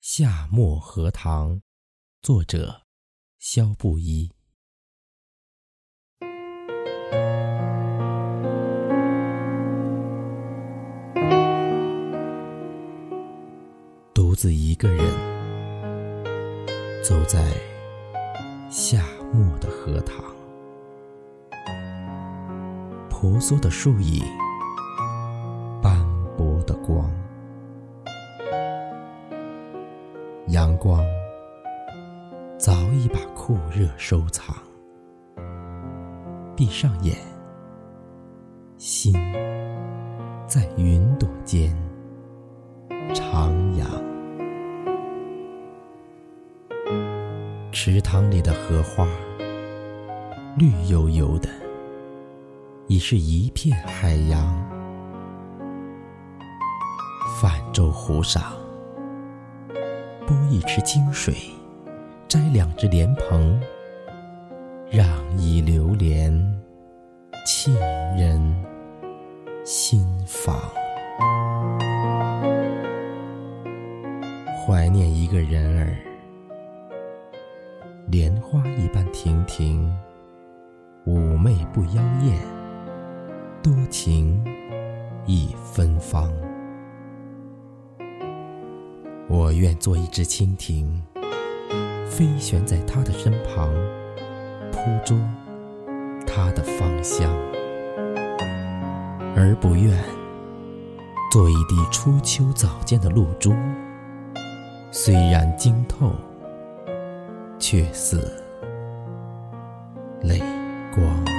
夏末荷塘，作者萧布衣。独自一个人走在夏末的荷塘，婆娑的树影，斑驳的光，阳光早已把酷热收藏，闭上眼，心在云朵间徜徉。池塘里的荷花绿油油的，已是一片海洋。泛舟湖上，拨一池清水，摘2只莲蓬，让一流连沁人心房。怀念一个人儿，莲花一般亭亭，妩媚不妖艳，多情亦芬芳。我愿做一只蜻蜓，飞旋在他的身旁，扑捉他的芳香，而不愿做一滴初秋早间的露珠，虽然晶透，却似泪光。